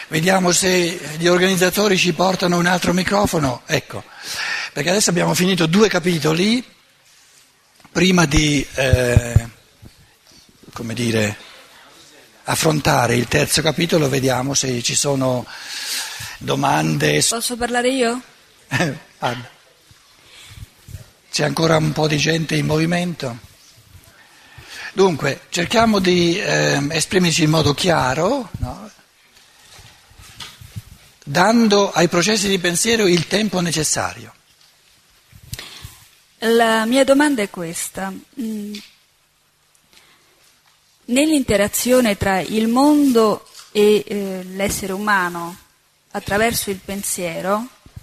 Vediamo se gli organizzatori ci portano un altro microfono, ecco, perché adesso abbiamo finito 2 capitoli, prima di, come dire, affrontare il terzo capitolo, vediamo se ci sono domande. Posso parlare io? Parla. C'è ancora un po' di gente in movimento? Dunque, cerchiamo di esprimerci in modo chiaro, no? Dando ai processi di pensiero il tempo necessario. La mia domanda è questa. Nell'interazione tra il mondo e l'essere umano attraverso il pensiero,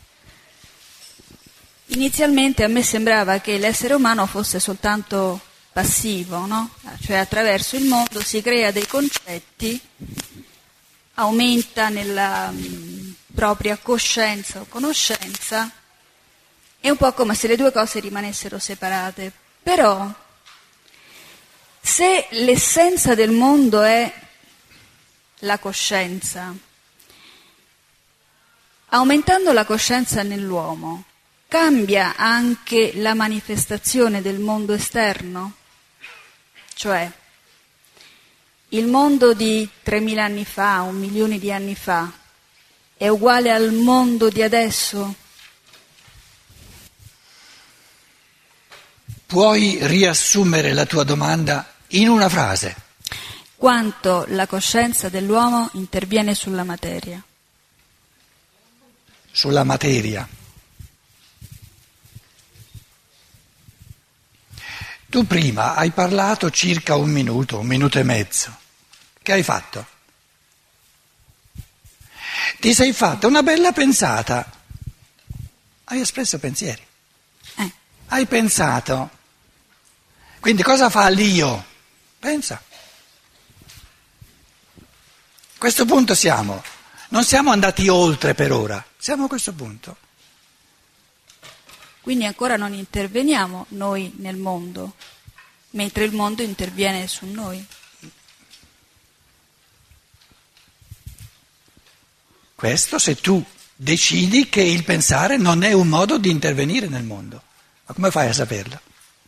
inizialmente a me sembrava che l'essere umano fosse soltanto passivo, no? Cioè attraverso il mondo si crea dei concetti, aumenta nella propria coscienza o conoscenza, è un po' come se le 2 cose rimanessero separate. Però, se l'essenza del mondo è la coscienza, aumentando la coscienza nell'uomo, cambia anche la manifestazione del mondo esterno? Cioè, il mondo di 3.000 anni fa, 1 milione di anni fa, è uguale al mondo di adesso? Puoi riassumere la tua domanda in una frase? Quanto la coscienza dell'uomo interviene sulla materia? Sulla materia. Tu prima hai parlato circa 1 minuto e mezzo. Che hai fatto? Ti sei fatta una bella pensata. Hai espresso pensieri. Hai pensato. Quindi cosa fa l'io? Pensa. A questo punto siamo. Non siamo andati oltre per ora. Siamo a questo punto. Quindi ancora non interveniamo noi nel mondo, mentre il mondo interviene su noi. Questo se tu decidi che il pensare non è un modo di intervenire nel mondo. Ma come fai a saperlo?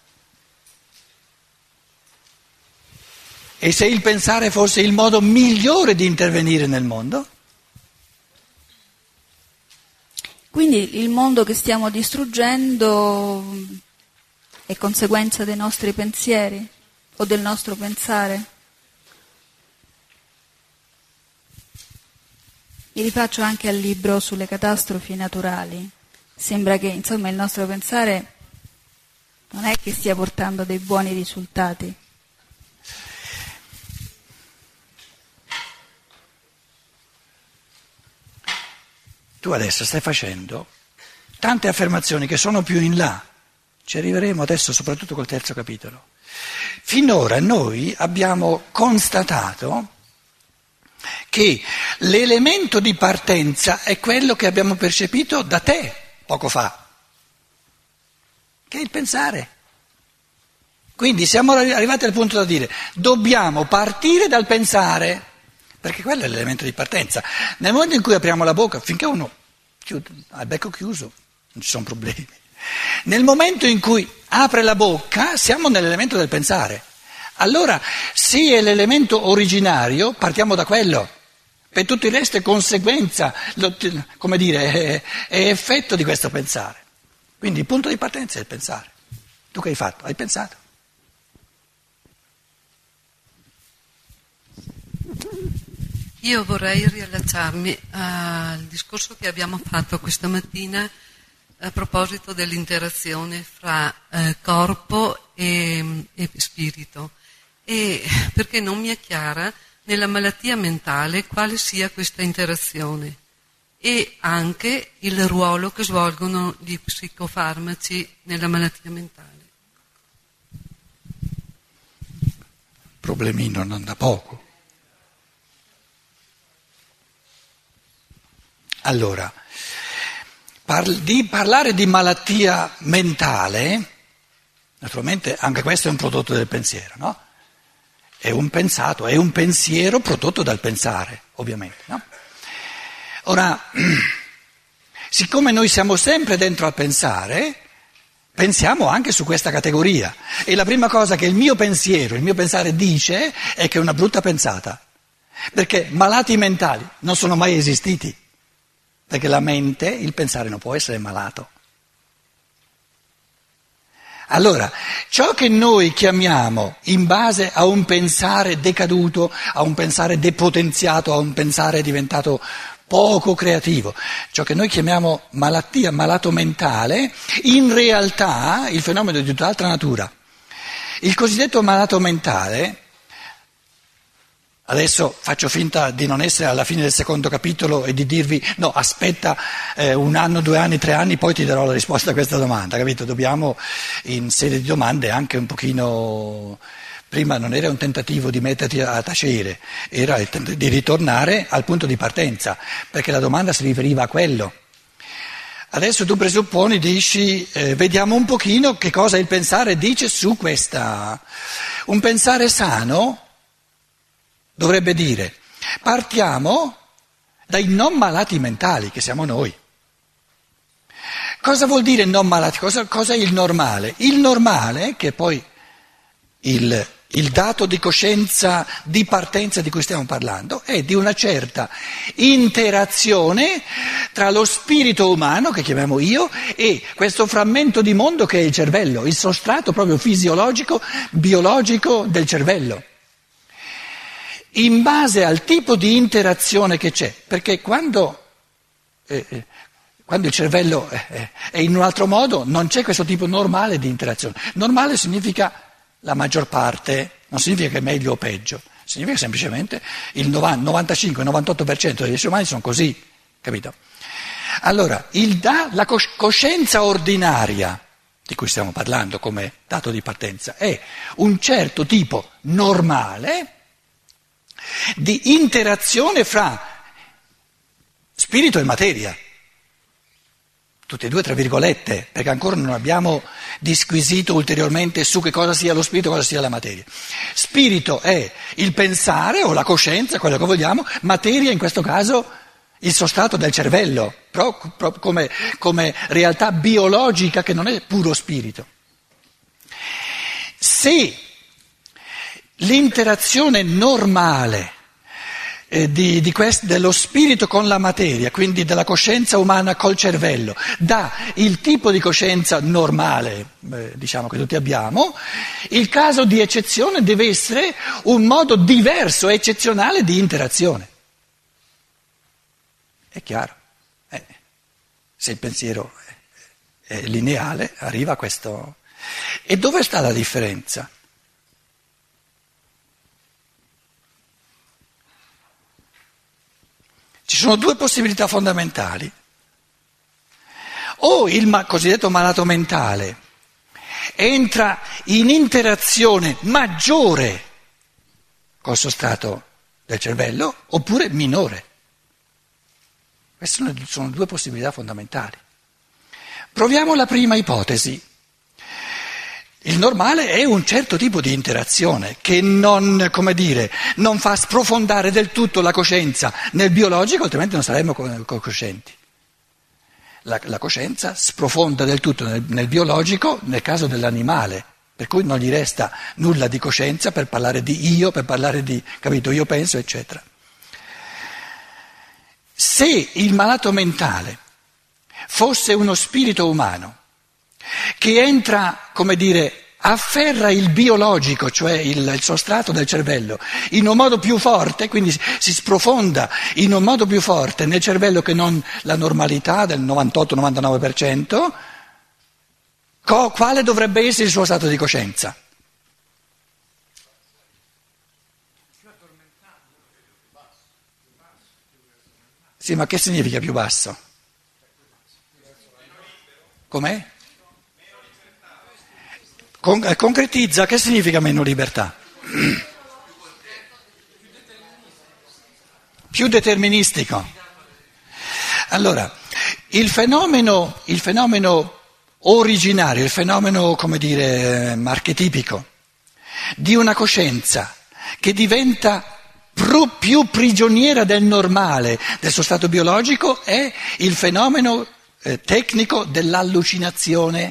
E se il pensare fosse il modo migliore di intervenire nel mondo? Quindi il mondo che stiamo distruggendo è conseguenza dei nostri pensieri o del nostro pensare? Mi rifaccio anche al libro sulle catastrofi naturali. Sembra che, insomma, il nostro pensare non è che stia portando dei buoni risultati. Tu adesso stai facendo tante affermazioni che sono più in là. Ci arriveremo adesso soprattutto col terzo capitolo. Finora noi abbiamo constatato che l'elemento di partenza è quello che abbiamo percepito da te poco fa, che è il pensare. Quindi siamo arrivati al punto da dire dobbiamo partire dal pensare, perché quello è l'elemento di partenza. Nel momento in cui apriamo la bocca, finché uno ha il becco chiuso, non ci sono problemi. Nel momento in cui apre la bocca, siamo nell'elemento del pensare. Allora, se è l'elemento originario, partiamo da quello. Per tutto il resto è conseguenza, come dire, è effetto di questo pensare. Quindi il punto di partenza è il pensare. Tu che hai fatto? Hai pensato. Io vorrei riallacciarmi al discorso che abbiamo fatto questa mattina a proposito dell'interazione fra corpo e spirito, e perché non mi è chiara nella malattia mentale quale sia questa interazione e anche il ruolo che svolgono gli psicofarmaci nella malattia mentale. Problemino non da poco. Allora, parlare di malattia mentale, naturalmente anche questo è un prodotto del pensiero, no? È un pensato, è un pensiero prodotto dal pensare, ovviamente, no? Ora, siccome noi siamo sempre dentro al pensare, pensiamo anche su questa categoria. E la prima cosa che il mio pensare dice è che è una brutta pensata. Perché malati mentali non sono mai esistiti. Perché la mente, il pensare non può essere malato. Allora, ciò che noi chiamiamo in base a un pensare decaduto, a un pensare depotenziato, a un pensare diventato poco creativo, ciò che noi chiamiamo malattia, malato mentale, in realtà il fenomeno è di tutt'altra natura. Il cosiddetto malato mentale, adesso faccio finta di non essere alla fine del secondo capitolo e di dirvi no, aspetta 1 anno, 2 anni, 3 anni, poi ti darò la risposta a questa domanda, capito? Dobbiamo in sede di domande anche un pochino, prima non era un tentativo di metterti a tacere, era di ritornare al punto di partenza, perché la domanda si riferiva a quello. Adesso tu presupponi, dici, vediamo un pochino che cosa il pensare dice su questa. Un pensare sano dovrebbe dire, partiamo dai non malati mentali, che siamo noi. Cosa vuol dire non malati? Cosa è il normale? Il normale, che è poi il dato di coscienza di partenza di cui stiamo parlando, è di una certa interazione tra lo spirito umano, che chiamiamo io, e questo frammento di mondo che è il cervello, il sostrato proprio fisiologico, biologico del cervello. In base al tipo di interazione che c'è, perché quando il cervello è in un altro modo non c'è questo tipo normale di interazione. Normale significa la maggior parte, non significa che è meglio o peggio, significa semplicemente il 95-98% degli esseri umani sono così, capito? Allora, la coscienza ordinaria di cui stiamo parlando come dato di partenza è un certo tipo normale di interazione fra spirito e materia, tutte e due tra virgolette, perché ancora non abbiamo disquisito ulteriormente su che cosa sia lo spirito e cosa sia la materia. Spirito è il pensare o la coscienza, quello che vogliamo, materia in questo caso il sostrato del cervello, come realtà biologica che non è puro spirito. Se l'interazione normale dello spirito con la materia, quindi della coscienza umana col cervello, dà il tipo di coscienza normale, diciamo che tutti abbiamo, il caso di eccezione deve essere un modo diverso, eccezionale di interazione. È chiaro? Se il pensiero è lineale, arriva a questo. E dove sta la differenza? Ci sono 2 possibilità fondamentali. O il cosiddetto malato mentale entra in interazione maggiore col sostrato del cervello, oppure minore. Queste sono 2 possibilità fondamentali. Proviamo la prima ipotesi. Il normale è un certo tipo di interazione che non fa sprofondare del tutto la coscienza nel biologico, altrimenti non saremmo coscienti. La coscienza sprofonda del tutto nel biologico nel caso dell'animale, per cui non gli resta nulla di coscienza per parlare di io, per parlare di, capito, io penso, eccetera. Se il malato mentale fosse uno spirito umano, che entra, afferra il biologico, cioè il sostrato del cervello, in un modo più forte, quindi si sprofonda in un modo più forte nel cervello che non la normalità del 98-99%, quale dovrebbe essere il suo stato di coscienza? Sì, ma che significa più basso? Com'è? Concretizza, che significa meno libertà? Più deterministico. Allora, il fenomeno originario, il fenomeno, archetipico di una coscienza che diventa più prigioniera del normale, del suo stato biologico, è il fenomeno tecnico dell'allucinazione.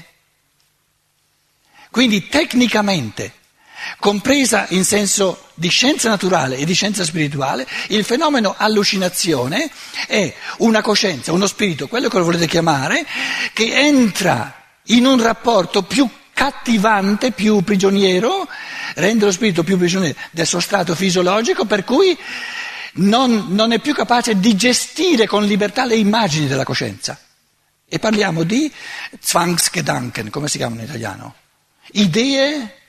Quindi tecnicamente, compresa in senso di scienza naturale e di scienza spirituale, il fenomeno allucinazione è una coscienza, uno spirito, quello che lo volete chiamare, che entra in un rapporto più cattivante, più prigioniero, rende lo spirito più prigioniero del suo stato fisiologico, per cui non è più capace di gestire con libertà le immagini della coscienza. E parliamo di Zwangsgedanken, come si chiamano in italiano? Idee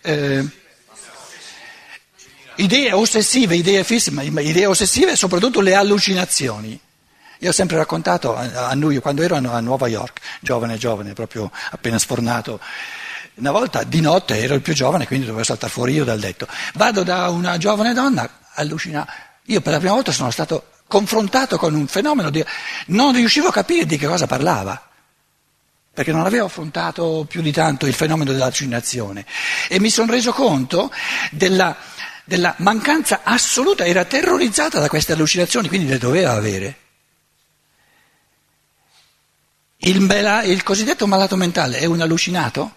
ossessive, idee fisse, ma idee ossessive e soprattutto le allucinazioni. Io ho sempre raccontato a New York, quando ero a Nuova York, giovane, proprio appena sfornato, una volta di notte ero il più giovane, quindi dovevo saltare fuori io dal letto. Vado da una giovane donna, allucinata. Io per la prima volta sono stato confrontato con un fenomeno, non riuscivo a capire di che cosa parlava, perché non avevo affrontato più di tanto il fenomeno dell'allucinazione. E mi sono reso conto della mancanza assoluta, era terrorizzata da queste allucinazioni, quindi le doveva avere. Il cosiddetto malato mentale è un allucinato?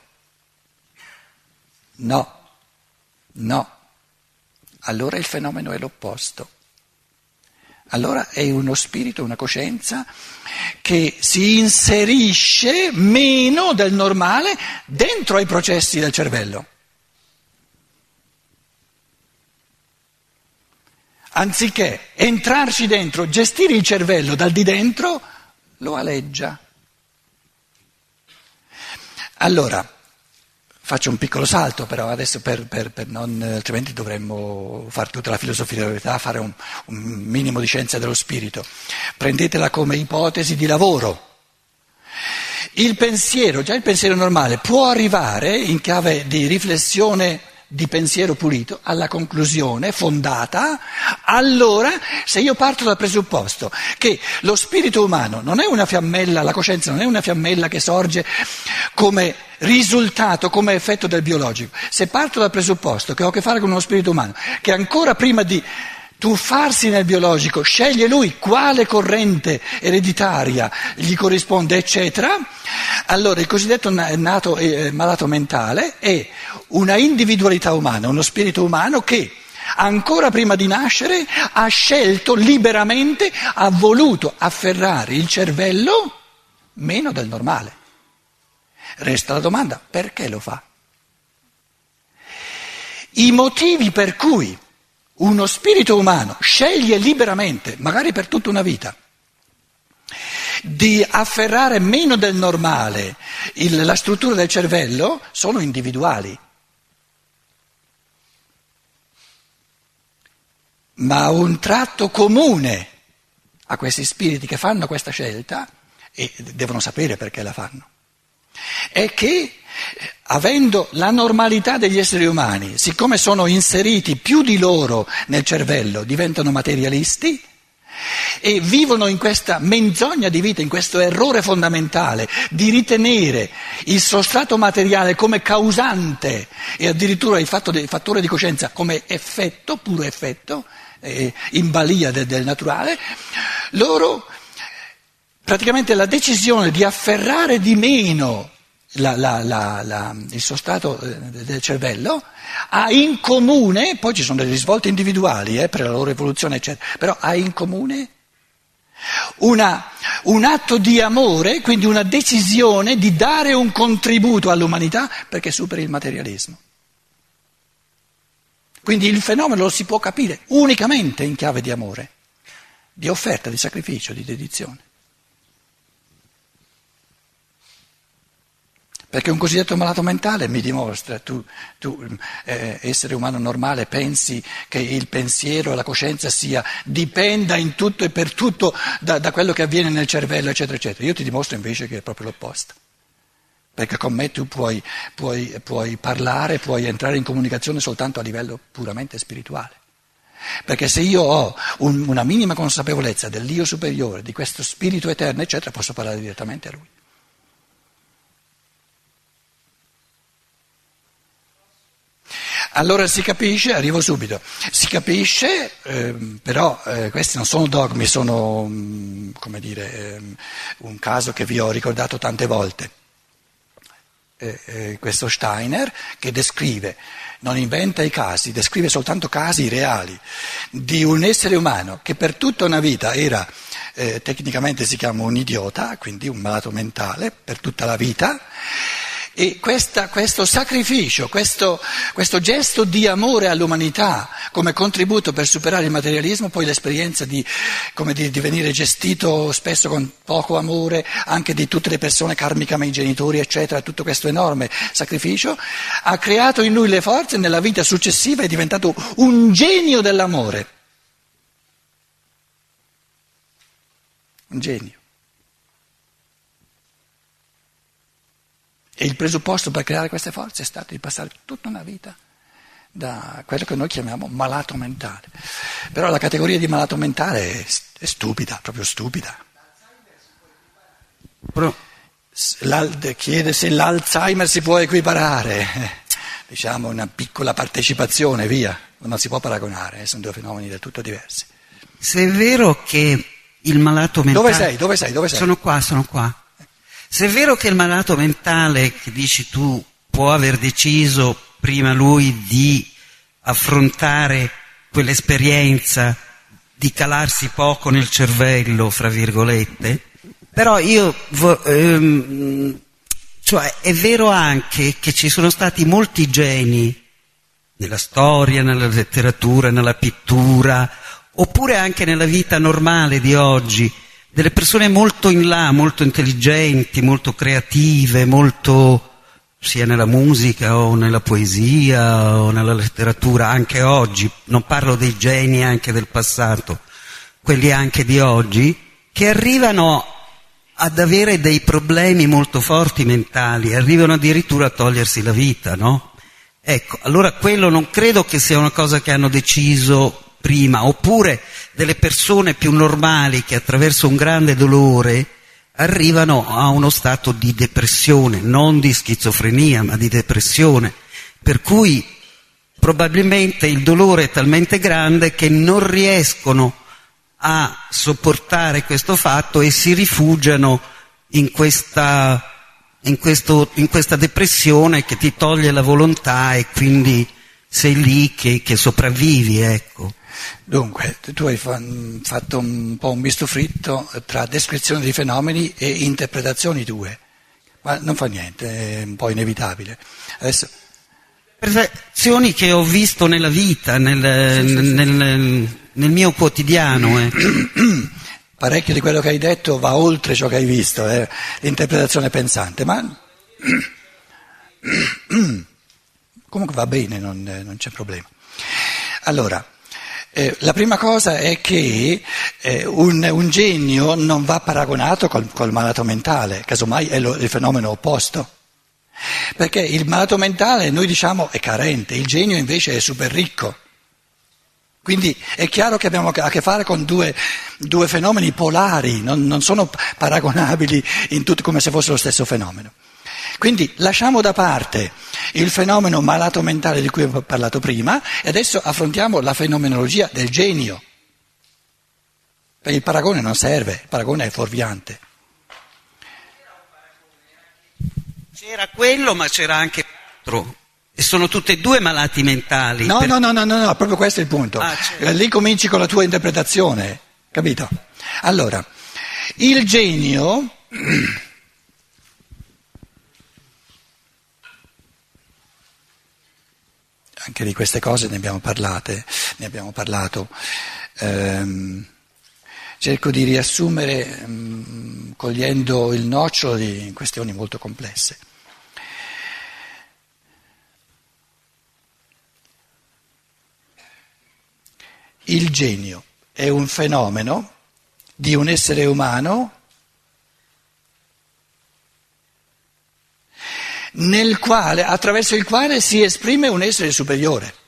No. Allora il fenomeno è l'opposto. Allora è uno spirito, una coscienza che si inserisce meno del normale dentro ai processi del cervello. Anziché entrarci dentro, gestire il cervello dal di dentro, lo aleggia. Allora, faccio un piccolo salto però adesso per non, altrimenti dovremmo fare tutta la filosofia della verità, fare un minimo di scienza dello spirito. Prendetela come ipotesi di lavoro. Il pensiero, già il pensiero normale, può arrivare in chiave di riflessione di pensiero pulito alla conclusione fondata, allora se io parto dal presupposto che lo spirito umano non è una fiammella, la coscienza non è una fiammella che sorge come risultato, come effetto del biologico, se parto dal presupposto che ho a che fare con uno spirito umano che ancora prima di tuffarsi nel biologico sceglie lui quale corrente ereditaria gli corrisponde, eccetera, allora il cosiddetto malato mentale è una individualità umana, uno spirito umano che ancora prima di nascere ha scelto liberamente, ha voluto afferrare il cervello meno del normale. Resta la domanda, perché lo fa? I motivi per cui uno spirito umano sceglie liberamente, magari per tutta una vita, di afferrare meno del normale la struttura del cervello sono individuali. Ma un tratto comune a questi spiriti che fanno questa scelta, e devono sapere perché la fanno, è che avendo la normalità degli esseri umani, siccome sono inseriti più di loro nel cervello, diventano materialisti e vivono in questa menzogna di vita, in questo errore fondamentale di ritenere il sostrato materiale come causante e addirittura il fattore di coscienza come effetto, puro effetto, in balia del naturale, loro praticamente la decisione di afferrare di meno il sostrato del cervello ha in comune, poi ci sono dei risvolti individuali per la loro evoluzione eccetera, però ha in comune un atto di amore, quindi una decisione di dare un contributo all'umanità perché superi il materialismo. Quindi il fenomeno lo si può capire unicamente in chiave di amore, di offerta, di sacrificio, di dedizione. Perché un cosiddetto malato mentale mi dimostra, tu essere umano normale, pensi che il pensiero e la coscienza dipenda in tutto e per tutto da quello che avviene nel cervello, eccetera, eccetera. Io ti dimostro invece che è proprio l'opposto. Perché con me tu puoi parlare, puoi entrare in comunicazione soltanto a livello puramente spirituale. Perché se io ho una minima consapevolezza dell'io superiore, di questo spirito eterno, eccetera, posso parlare direttamente a lui. Allora si capisce, arrivo subito, si capisce, però questi non sono dogmi, sono, come dire, un caso che vi ho ricordato tante volte. Questo Steiner che descrive, non inventa i casi, descrive soltanto casi reali di un essere umano che per tutta una vita era, tecnicamente si chiama un idiota, quindi un malato mentale, per tutta la vita. E questo sacrificio, questo gesto di amore all'umanità come contributo per superare il materialismo, poi l'esperienza di venire gestito spesso con poco amore, anche di tutte le persone karmicamente, i genitori, eccetera, tutto questo enorme sacrificio, ha creato in lui le forze e nella vita successiva è diventato un genio dell'amore. Un genio. E il presupposto per creare queste forze è stato di passare tutta una vita da quello che noi chiamiamo malato mentale. Però la categoria di malato mentale è stupida, proprio stupida. Chiede se l'Alzheimer si può equiparare, diciamo una piccola partecipazione, via, non si può paragonare, sono due fenomeni del tutto diversi. Se è vero che il malato mentale... Dove sei? Sono qua. Se è vero che il malato mentale, che dici tu, può aver deciso prima lui di affrontare quell'esperienza, di calarsi poco nel cervello, fra virgolette, però cioè è vero anche che ci sono stati molti geni nella storia, nella letteratura, nella pittura, oppure anche nella vita normale di oggi, delle persone molto in là, molto intelligenti, molto creative, molto sia nella musica o nella poesia o nella letteratura, anche oggi, non parlo dei geni anche del passato, quelli anche di oggi, che arrivano ad avere dei problemi molto forti mentali, arrivano addirittura a togliersi la vita, no? Ecco, allora quello non credo che sia una cosa che hanno deciso prima, oppure delle persone più normali che attraverso un grande dolore arrivano a uno stato di depressione, non di schizofrenia, ma di depressione, per cui probabilmente il dolore è talmente grande che non riescono a sopportare questo fatto e si rifugiano in questa depressione che ti toglie la volontà e quindi sei lì che sopravvivi, ecco. Dunque, tu hai fatto un po' un misto fritto tra descrizione di fenomeni e interpretazioni tue, ma non fa niente, è un po' inevitabile. Adesso... Percezioni che ho visto nella vita, nel mio quotidiano. Parecchio di quello che hai detto va oltre ciò che hai visto, l'interpretazione pensante, ma comunque va bene, non c'è problema. Allora, la prima cosa è che un genio non va paragonato col malato mentale, casomai è il fenomeno opposto. Perché il malato mentale, noi diciamo, è carente, il genio invece è super ricco. Quindi è chiaro che abbiamo a che fare con due fenomeni polari, non sono paragonabili in tutto come se fosse lo stesso fenomeno. Quindi lasciamo da parte il fenomeno malato mentale di cui ho parlato prima e adesso affrontiamo la fenomenologia del genio. Perché il paragone non serve, il paragone è fuorviante. C'era quello, ma c'era anche l'altro. E sono tutti e due malati mentali. No, proprio questo è il punto. Certo. Lì cominci con la tua interpretazione, capito? Allora, il genio... Anche di queste cose ne abbiamo parlato. Cerco di riassumere cogliendo il nocciolo di questioni molto complesse. Il genio è un fenomeno di un essere umano attraverso il quale si esprime un essere superiore.